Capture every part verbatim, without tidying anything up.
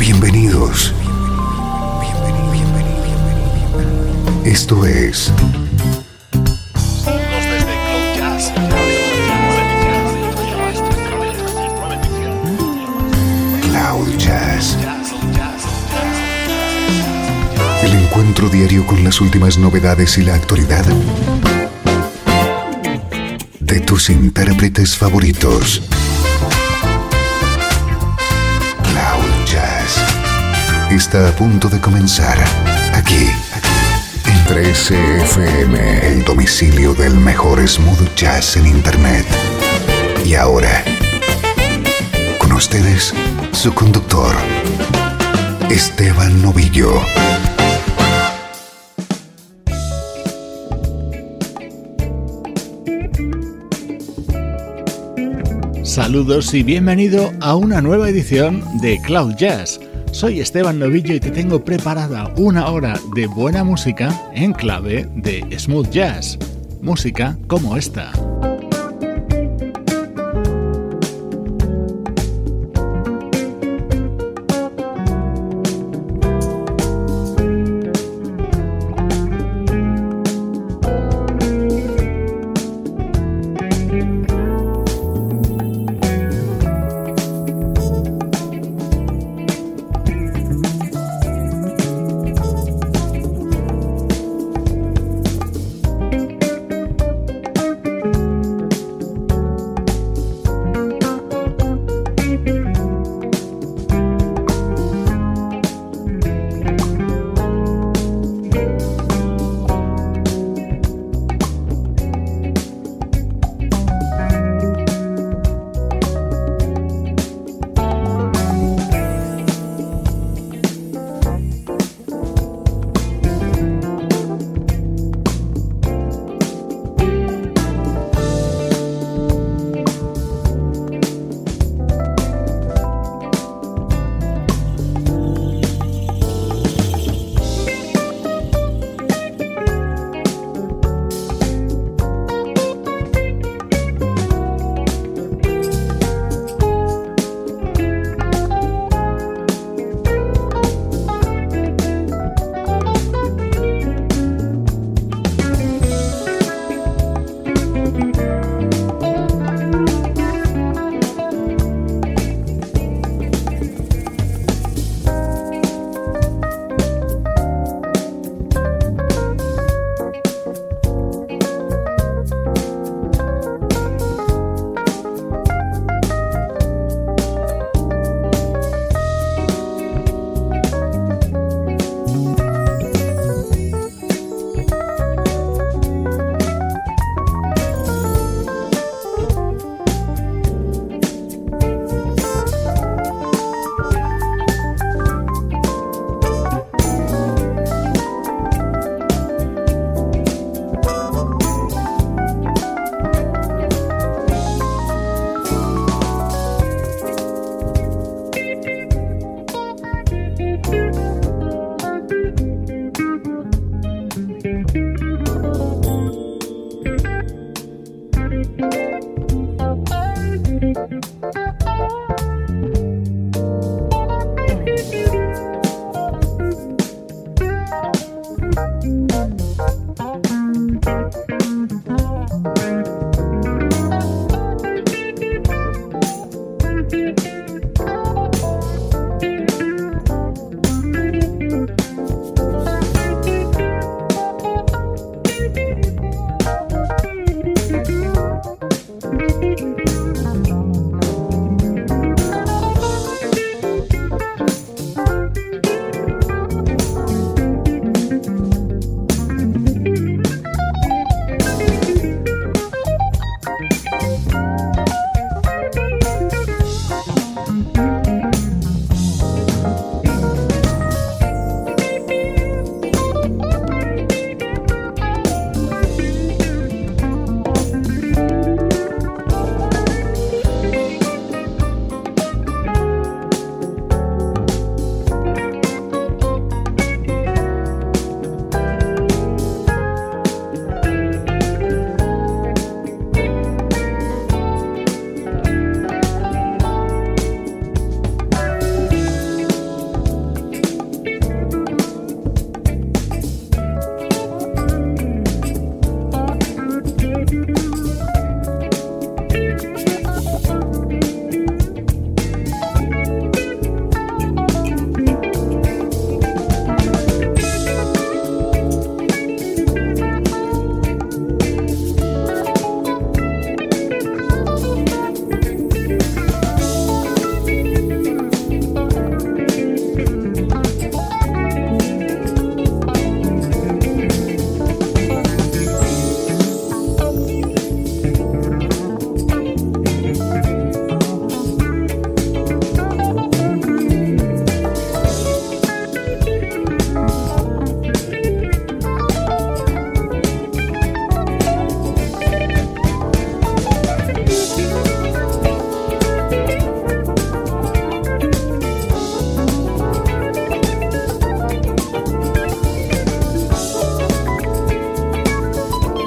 Bienvenidos. Esto es Cloud Jazz. El encuentro diario con las últimas novedades y la actualidad de tus intérpretes favoritos. Cloud Jazz está a punto de comenzar aquí, en trece F M, el domicilio del mejor smooth jazz en internet. Y ahora, con ustedes, su conductor, Esteban Novillo. Saludos y bienvenido a una nueva edición de Cloud Jazz. Soy Esteban Novillo y te tengo preparada una hora de buena música en clave de smooth jazz. Música como esta.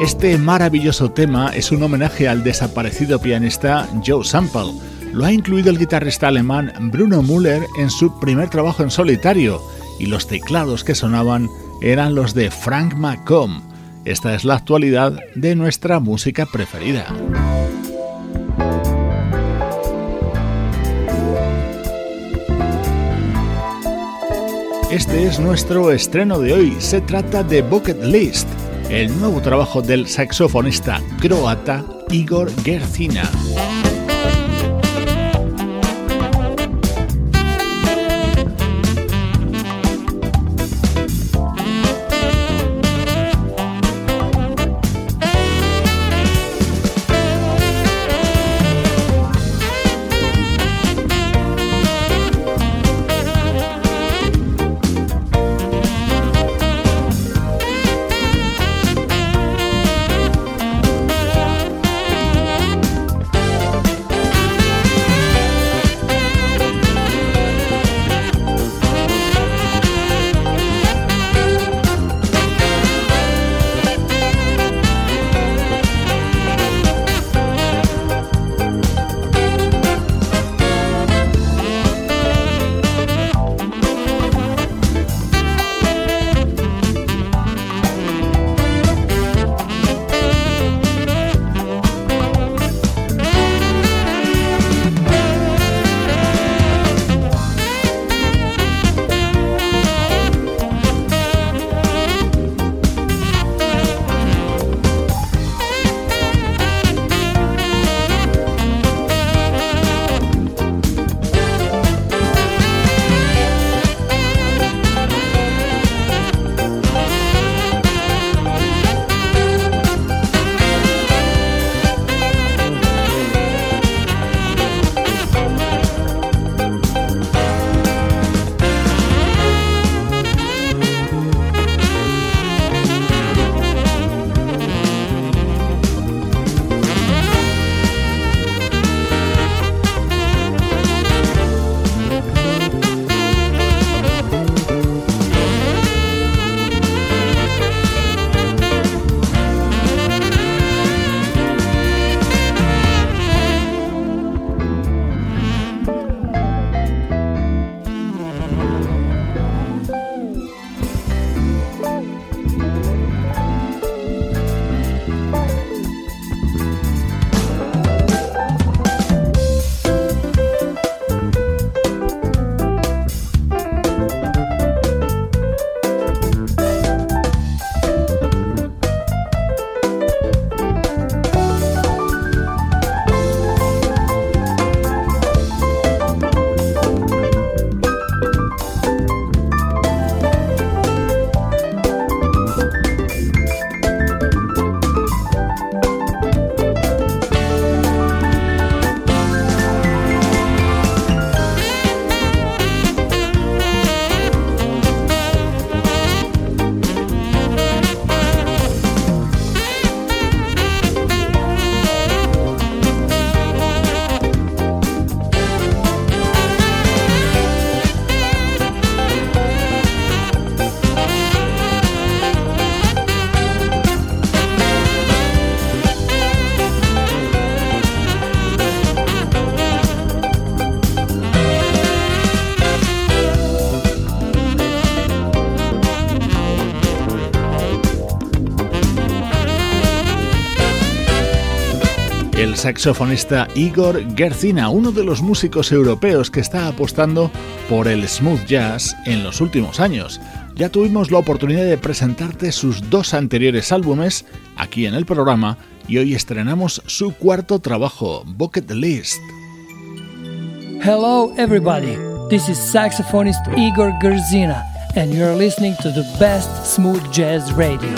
Este maravilloso tema es un homenaje al desaparecido pianista Joe Sample. Lo ha incluido el guitarrista alemán Bruno Müller en su primer trabajo en solitario, y los teclados que sonaban eran los de Frank McComb. Esta es la actualidad de nuestra música preferida. Este es nuestro estreno de hoy. Se trata de Bucket List, el nuevo trabajo del saxofonista croata Igor Gercina. el saxofonista Igor Gercina, uno de los músicos europeos que está apostando por el smooth jazz en los últimos años. Ya tuvimos la oportunidad de presentarte sus dos anteriores álbumes aquí en el programa y hoy estrenamos su cuarto trabajo, Bucket List. Hello everybody, this is saxophonist Igor Gercina and you're listening to the best smooth jazz radio.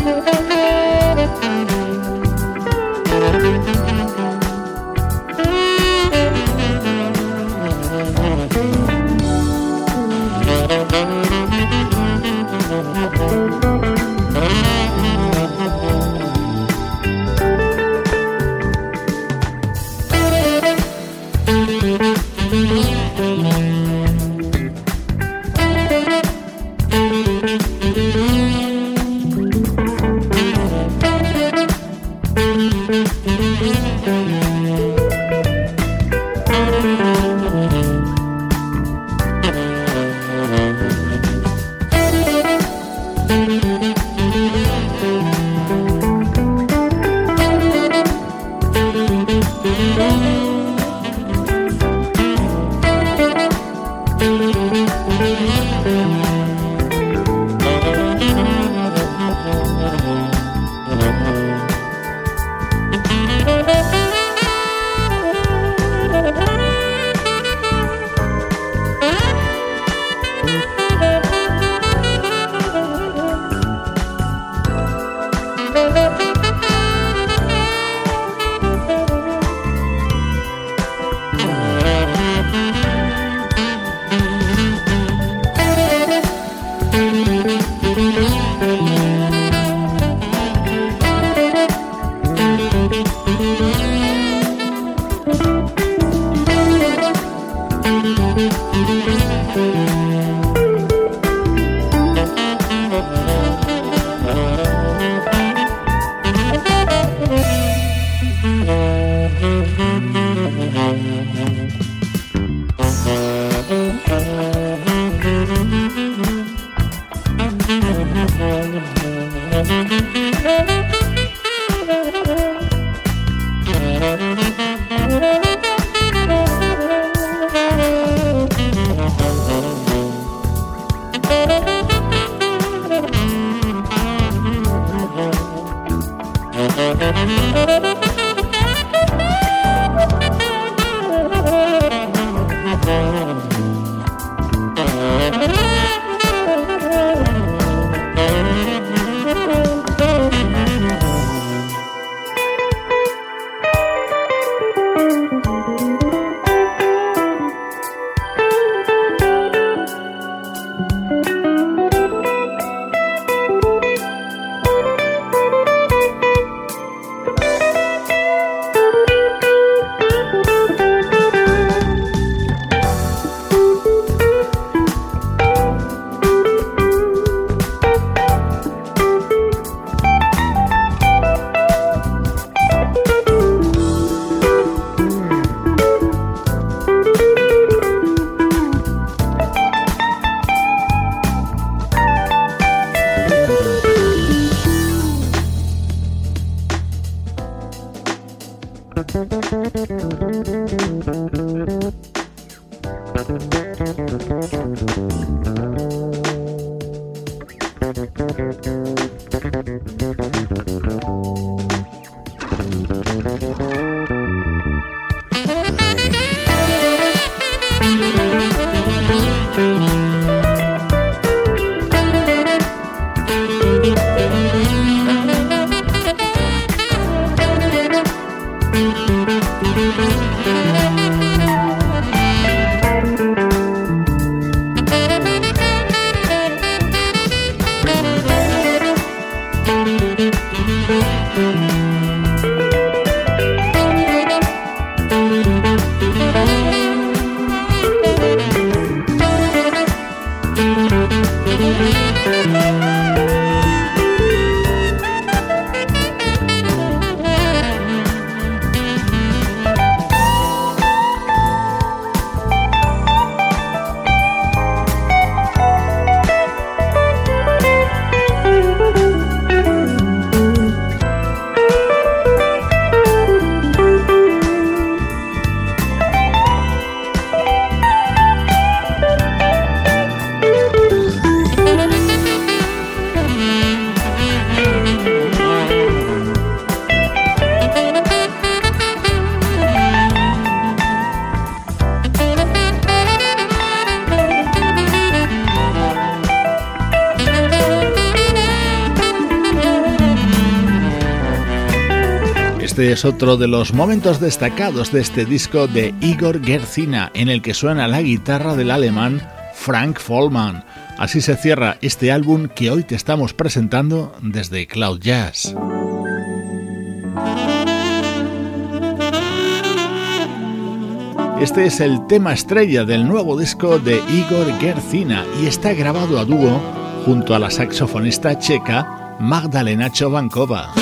Este es otro de los momentos destacados de este disco de Igor Gercina, en el que suena la guitarra del alemán Frank Follmann. Así se cierra este álbum que hoy te estamos presentando desde Cloud Jazz. Este es el tema estrella del nuevo disco de Igor Gercina y está grabado a dúo junto a la saxofonista checa Magdalena Chovancova.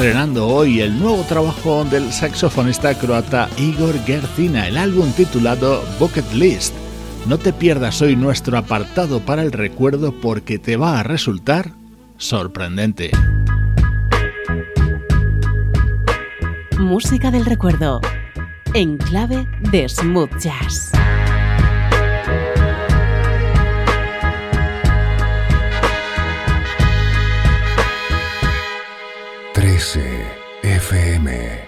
estrenando hoy el nuevo trabajo del saxofonista croata Igor Gercina, el álbum titulado Bucket List. No te pierdas hoy nuestro apartado para el recuerdo porque te va a resultar sorprendente. Música del recuerdo en clave de smooth jazz. trece F M.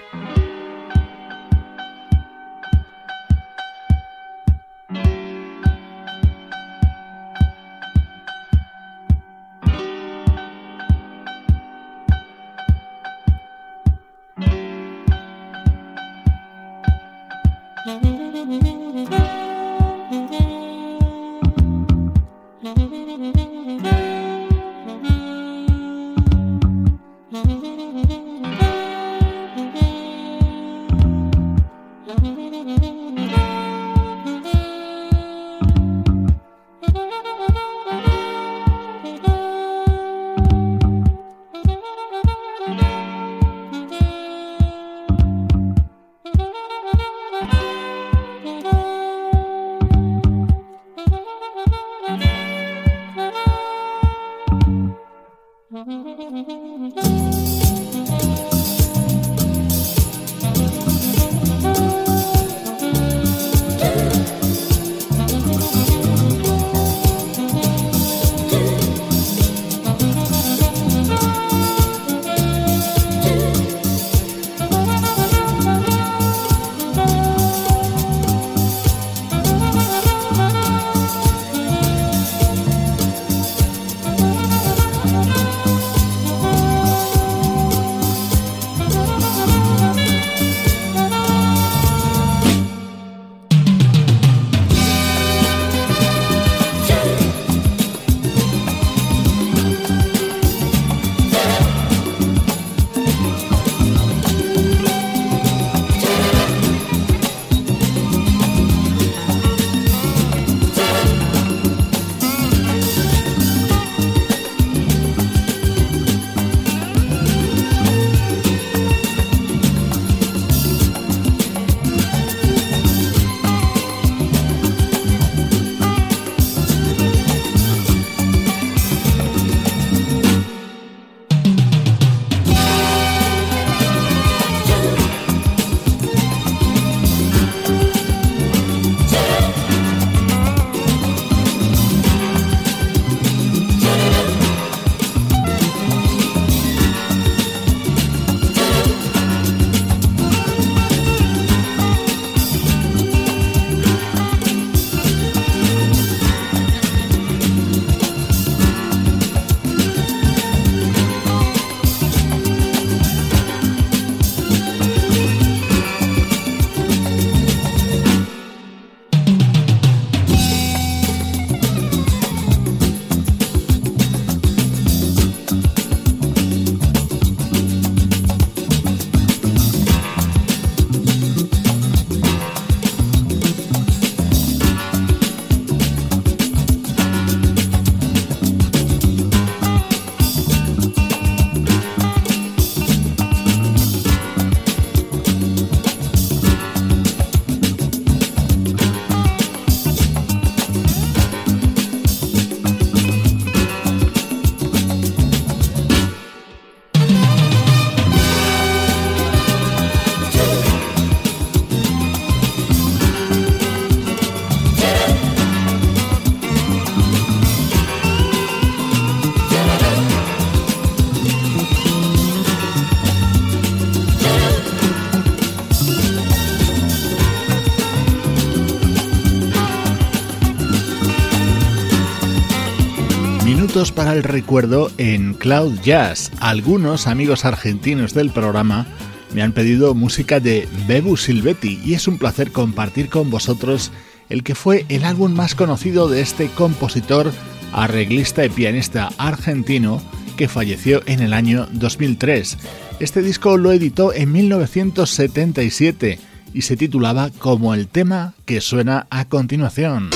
Para el recuerdo en Cloud Jazz. Algunos amigos argentinos del programa me han pedido música de Bebu Silvetti y es un placer compartir con vosotros el que fue el álbum más conocido de este compositor, arreglista y pianista argentino que falleció en el año dos mil tres. Este disco lo editó en mil novecientos setenta y siete y se titulaba como el tema que suena a continuación.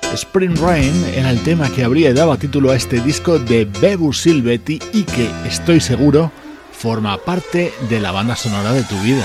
Spring Rain era el tema que habría dado título a este disco de Bebu Silvetti y que, estoy seguro, forma parte de la banda sonora de tu vida.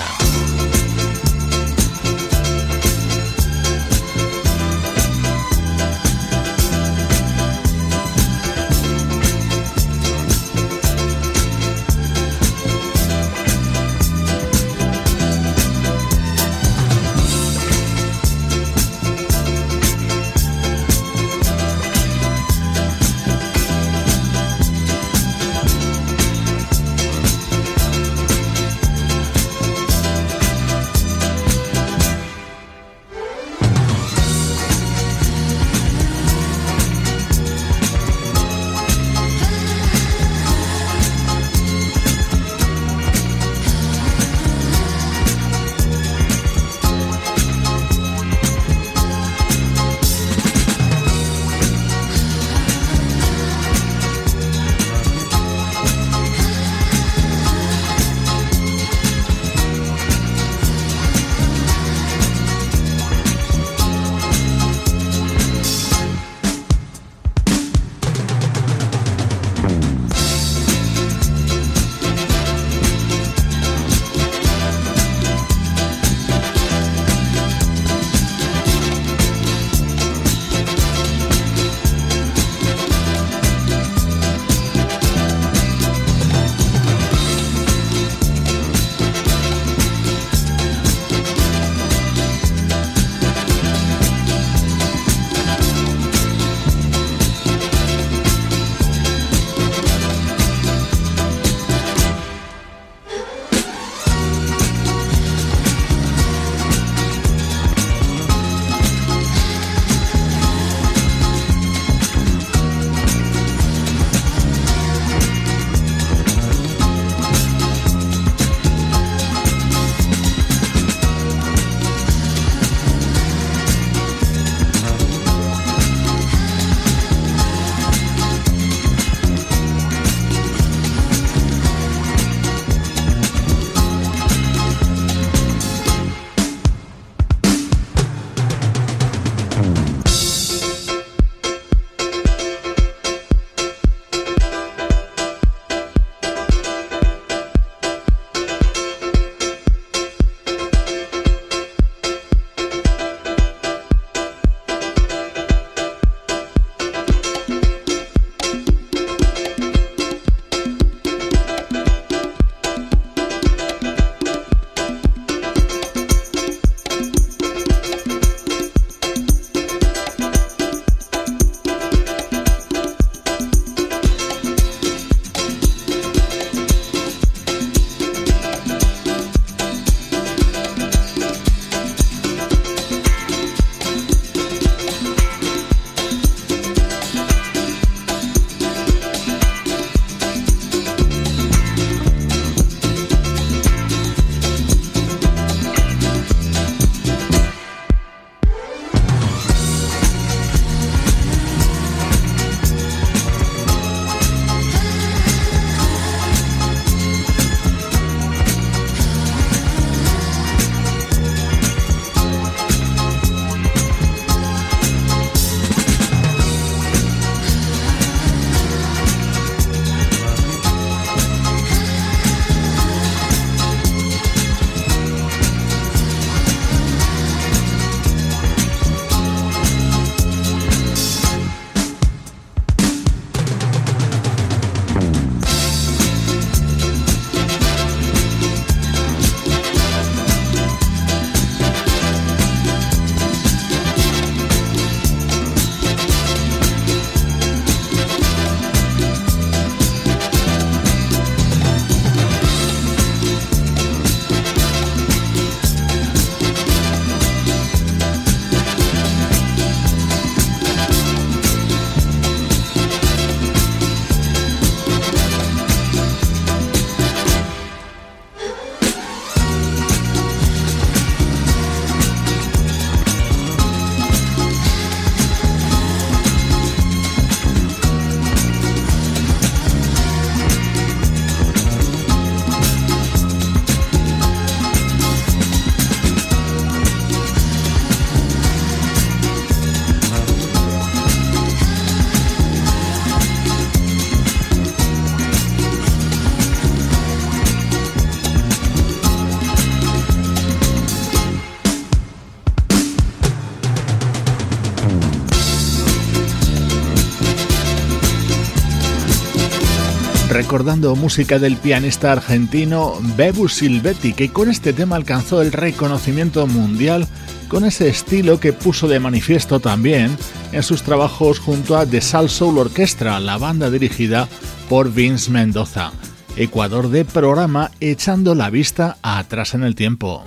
recordando música del pianista argentino Bebu Silvetti, que con este tema alcanzó el reconocimiento mundial con ese estilo que puso de manifiesto también en sus trabajos junto a The Soul Soul Orchestra, la banda dirigida por Vince Mendoza. Ecuador de programa echando la vista atrás en el tiempo.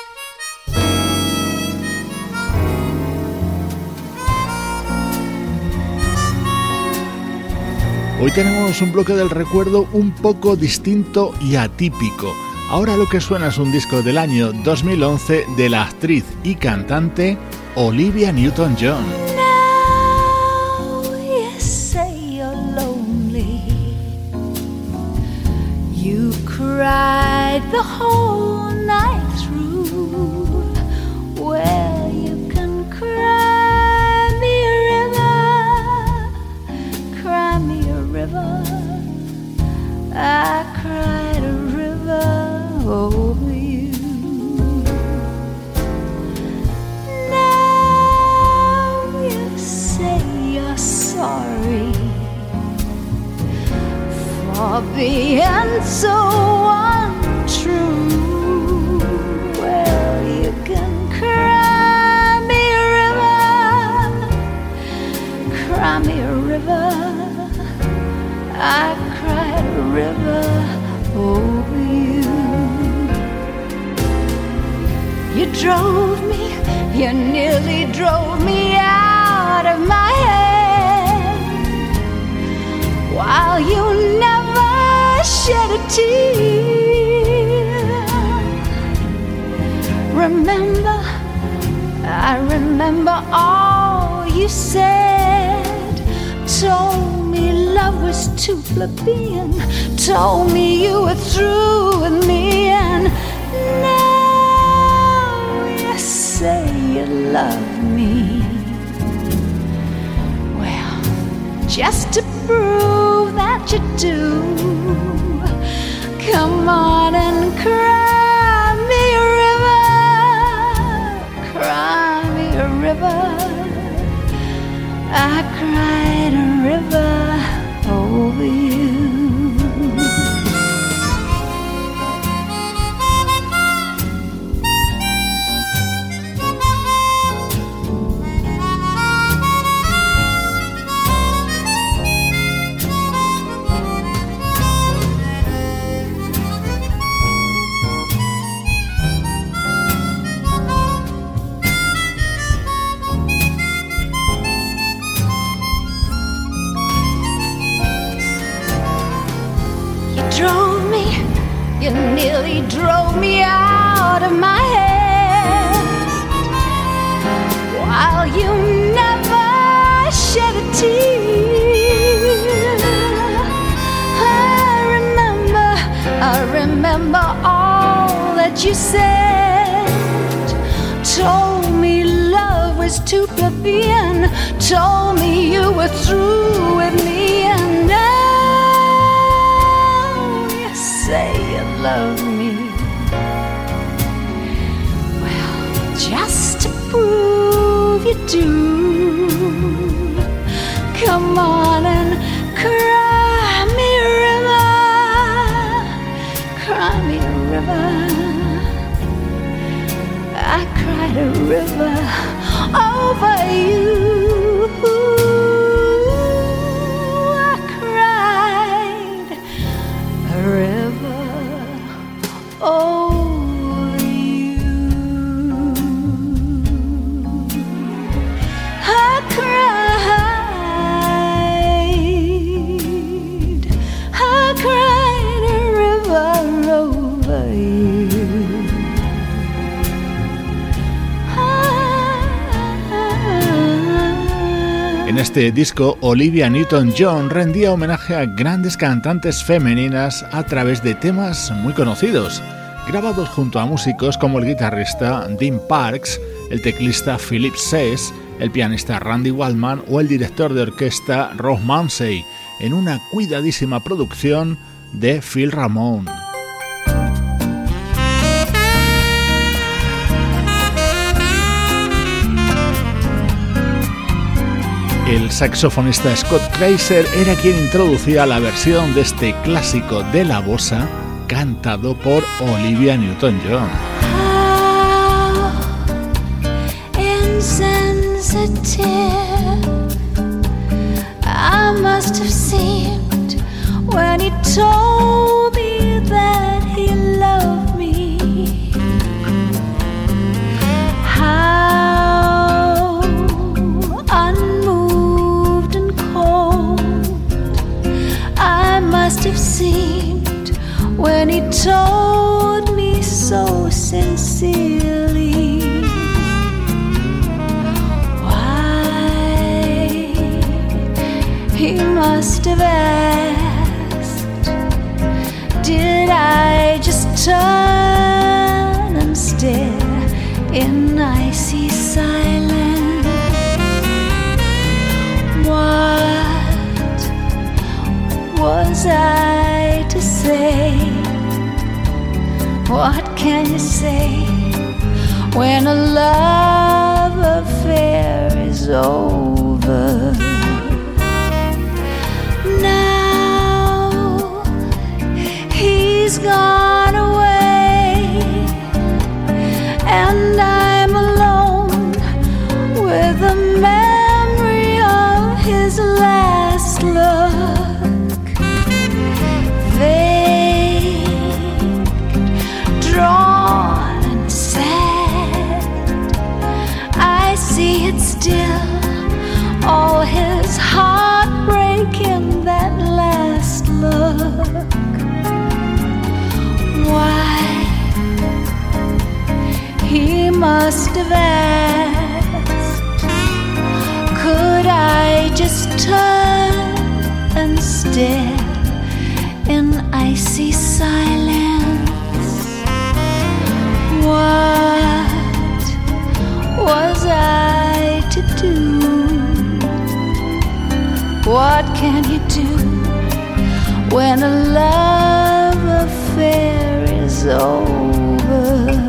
Hoy tenemos un bloque del recuerdo un poco distinto y atípico. Ahora lo que suena es un disco del año dos mil once de la actriz y cantante Olivia Newton-John. Now you say you're lonely. You cried the whole night through. Well, you can cry me a river, cry me a river. I cried a river over you. Now you say you're sorry for being so untrue. Well, you can cry me a river, cry me a river. I cried a river over you. You drove me, you nearly drove me out of my head, while you never shed a tear. Remember, I remember all you said. Told me love was too plebeian, told me you were through with me, and now you say you love me. Well, just to prove that you do, come on and cry me a river, cry me a river. I cried a river over you. Drove me, you nearly drove me out of my head, while you never shed a tear. I remember, I remember all that you said. Told me love was too plebeian, told me you were through with me, and I say you love me. Well, just to prove you do, come on and cry me a river, cry me a river. I cried a river over you. I cried a river over you. I cried, I cried a river over you. En este disco, Olivia Newton-John rendía homenaje a grandes cantantes femeninas a través de temas muy conocidos, grabados junto a músicos como el guitarrista Dean Parks, el teclista Philip Sess, el pianista Randy Waldman o el director de orquesta Rob Mounsey, en una cuidadísima producción de Phil Ramone. El saxofonista Scott Kreiser era quien introducía la versión de este clásico de la bossa cantado por Olivia Newton-John. I must have seemed when he told me that he loved me. How unmoved and cold I must have seemed when he told me so sincerely. He must have asked, did I just turn and stare in icy silence? What was I to say? What can you say when a love affair is over? Now he's gone away, and I'm alone with the memory of his last look. Vague, drawn and sad, I see it still, all his heartbreak in that last look. Why, he must have asked, could I just turn and stare in icy silence? What was I to do? What can you do when a love affair is over?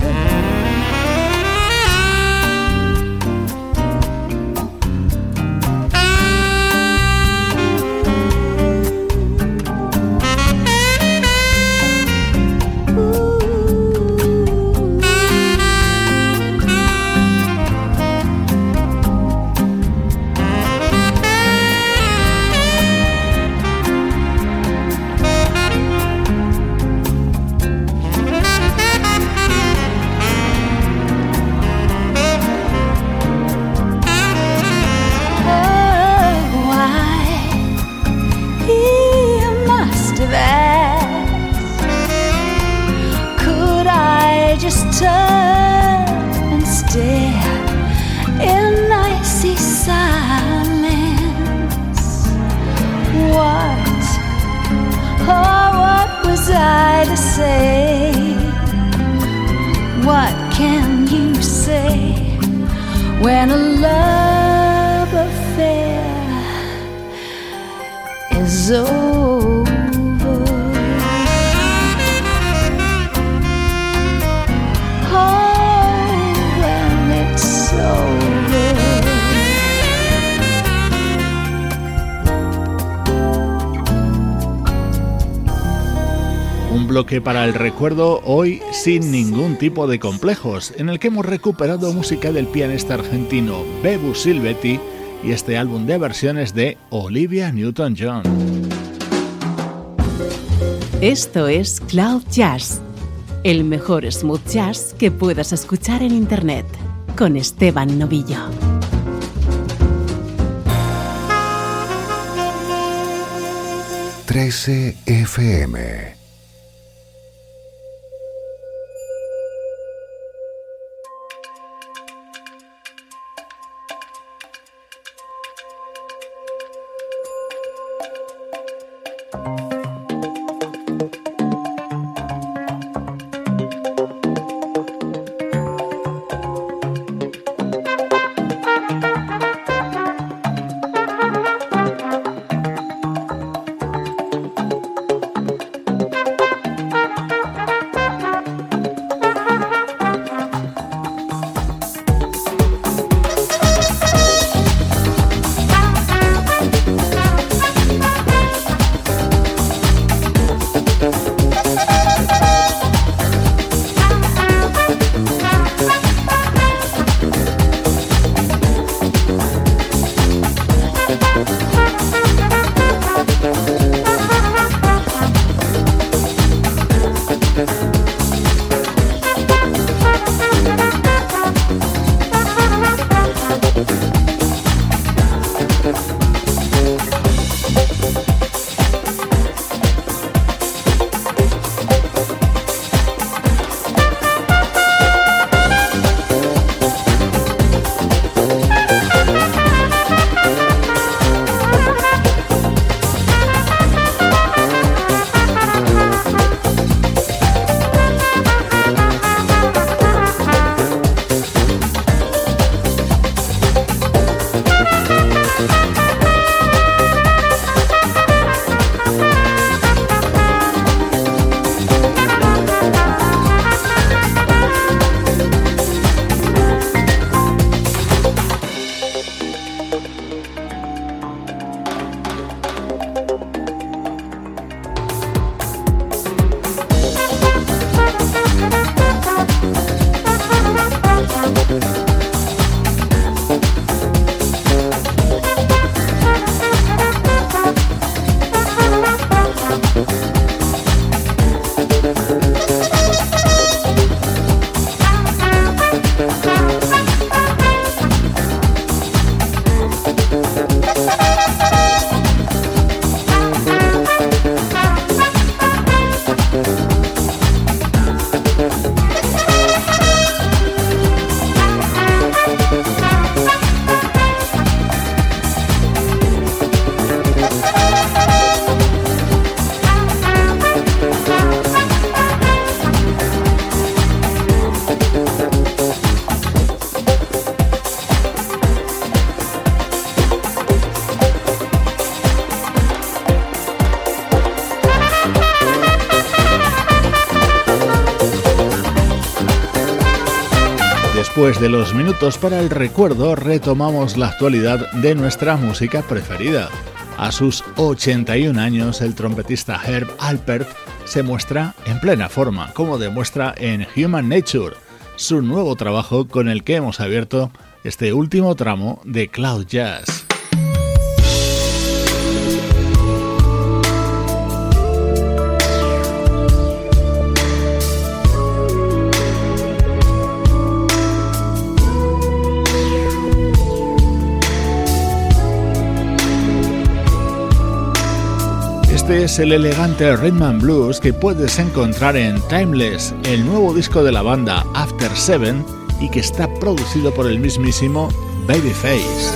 When a love affair is over. Oh, when it's over. Un bloque para el recuerdo hoy sin ningún tipo de complejos, en el que hemos recuperado música del pianista argentino Bebu Silvetti y este álbum de versiones de Olivia Newton-John. Esto es Cloud Jazz, el mejor smooth jazz que puedas escuchar en Internet, con Esteban Novillo. trece F M. después de los minutos para el recuerdo, retomamos la actualidad de nuestra música preferida. A sus ochenta y un años, el trompetista Herb Alpert se muestra en plena forma, como demuestra en Human Nature, su nuevo trabajo con el que hemos abierto este último tramo de Cloud Jazz. Este es el elegante Rhythm and Blues que puedes encontrar en Timeless, el nuevo disco de la banda After Seven y que está producido por el mismísimo Babyface.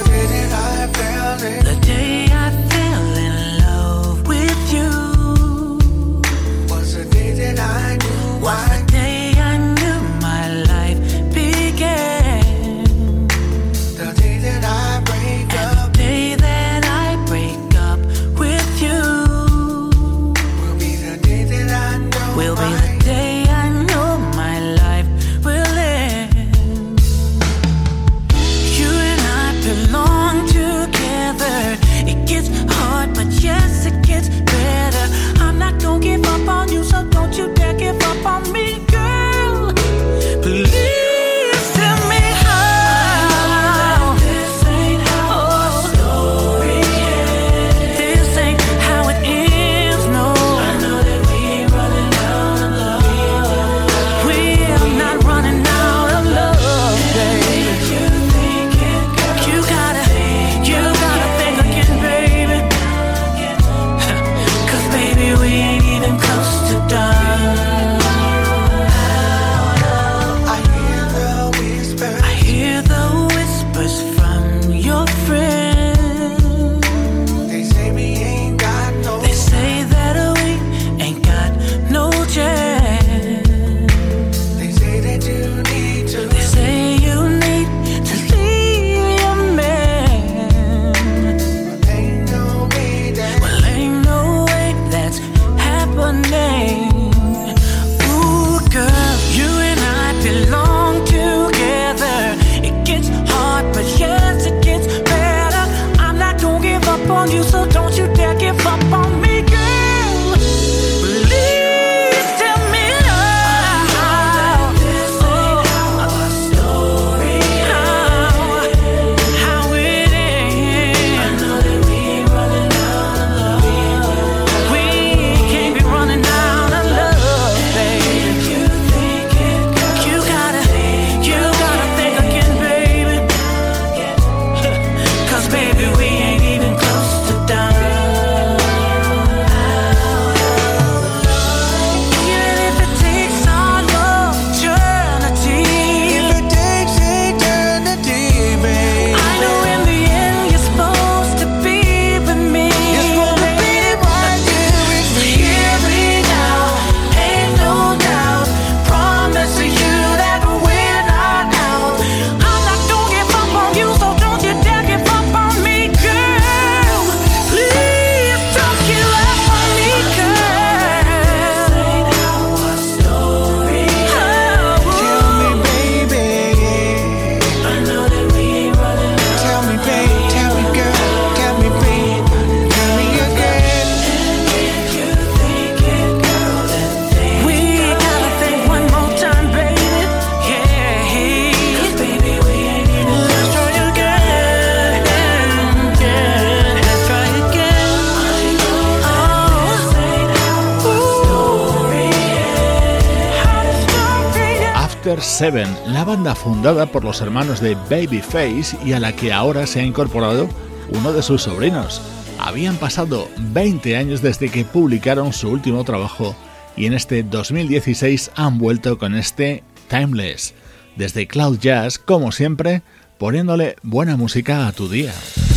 Seven, la banda fundada por los hermanos de Babyface y a la que ahora se ha incorporado uno de sus sobrinos. Habían pasado veinte años desde que publicaron su último trabajo y en este dos mil dieciséis han vuelto con este Timeless. Desde Cloud Jazz, como siempre, poniéndole buena música a tu día.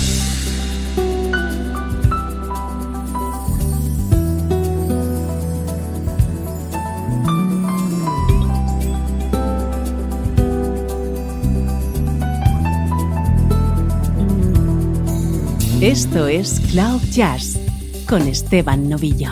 Esto es Cloud Jazz con Esteban Novillo.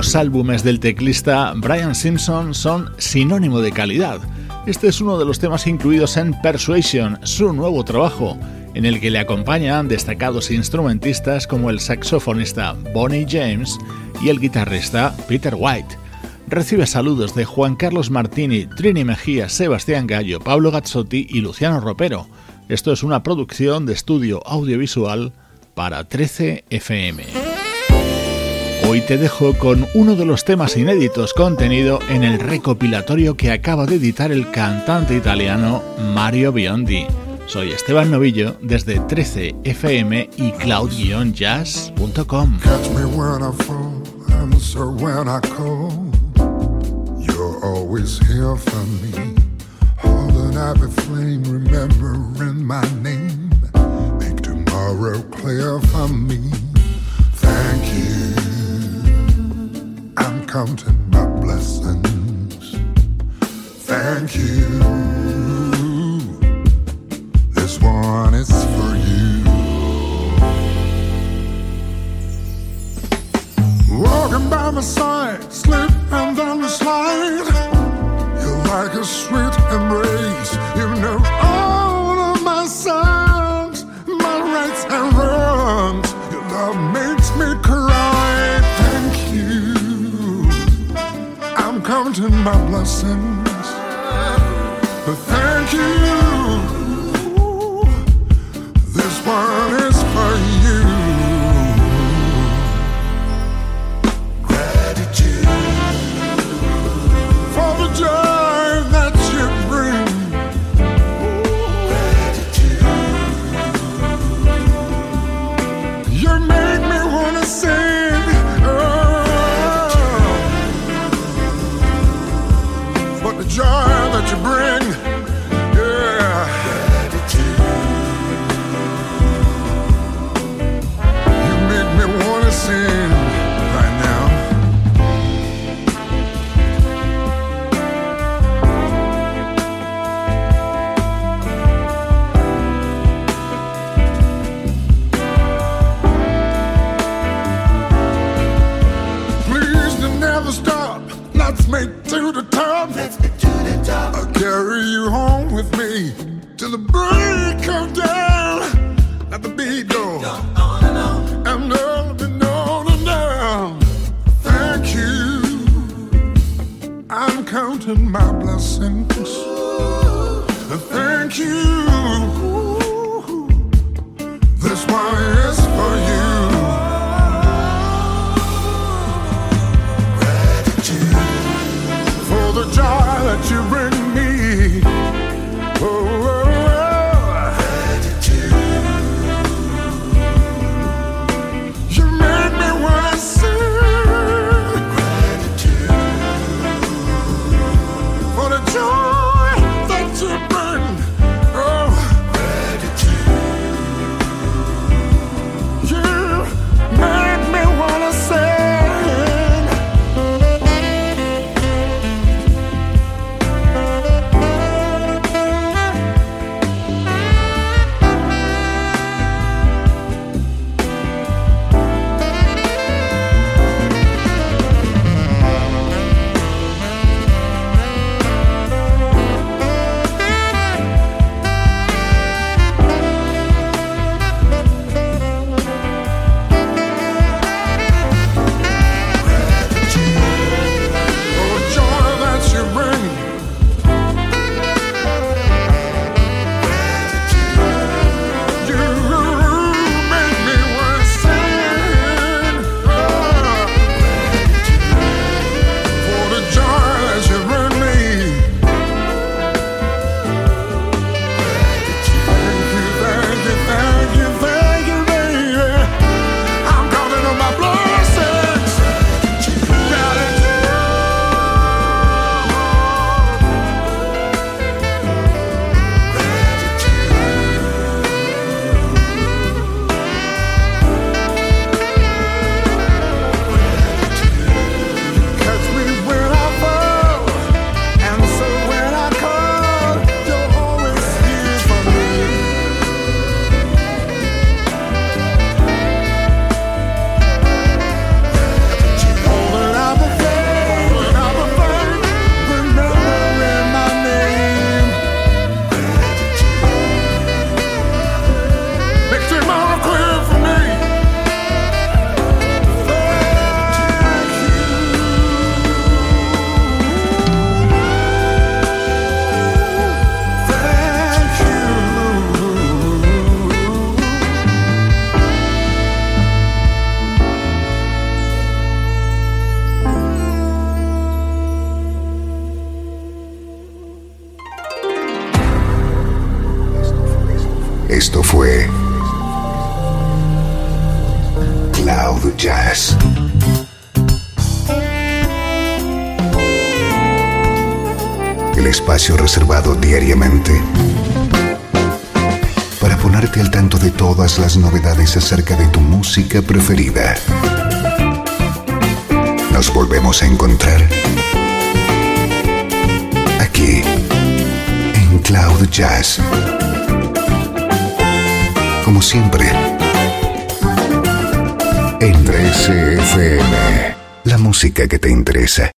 Los álbumes del teclista Brian Simpson son sinónimo de calidad. Este es uno de los temas incluidos en Persuasion, su nuevo trabajo, en el que le acompañan destacados instrumentistas como el saxofonista Bonnie James y el guitarrista Peter White. Recibe saludos de Juan Carlos Martini, Trini Mejía, Sebastián Gallo, Pablo Gazzotti y Luciano Ropero. Esto es una producción de estudio audiovisual para trece F M. Hoy te dejo con uno de los temas inéditos contenido en el recopilatorio que acaba de editar el cantante italiano Mario Biondi. Soy Esteban Novillo desde trece F M y cloud guion jazz punto com. Catch me when I fall, answer when I call. You're always here for me. Hold an happy flame, remembering my name. Make tomorrow clear for me. Thank you. I'm counting my blessings. Thank you. This one is for you. Walking by my side, slip and down the slide. You're like a sweet embrace. You know all of my signs, my rights and wrongs. Your love makes me cry. Thank you. I'm counting my blessings. But thank you. This one is for you. Joy that you bring. Gratitude. You make me wanna sing. Oh, but the joy that you bring, yeah. Gratitude. You make me wanna sing right now. Let's make to the top. Let's get to the top. I'll carry you home with me till the break of dawn. Let the beat go on and on and on and on and on. Thank you. I'm counting my blessings. Thank you. This one is for you. The joy that you bring me. Oh, oh, oh. Gratitude. You make me wanna sing. Gratitude. For the joy that you bring. Oh, gratitude. Esto fue Cloud Jazz. El espacio reservado diariamente para ponerte al tanto de todas las novedades acerca de tu música preferida. Nos volvemos a encontrar aquí en Cloud Jazz. Como siempre, en trece F M, la música que te interesa.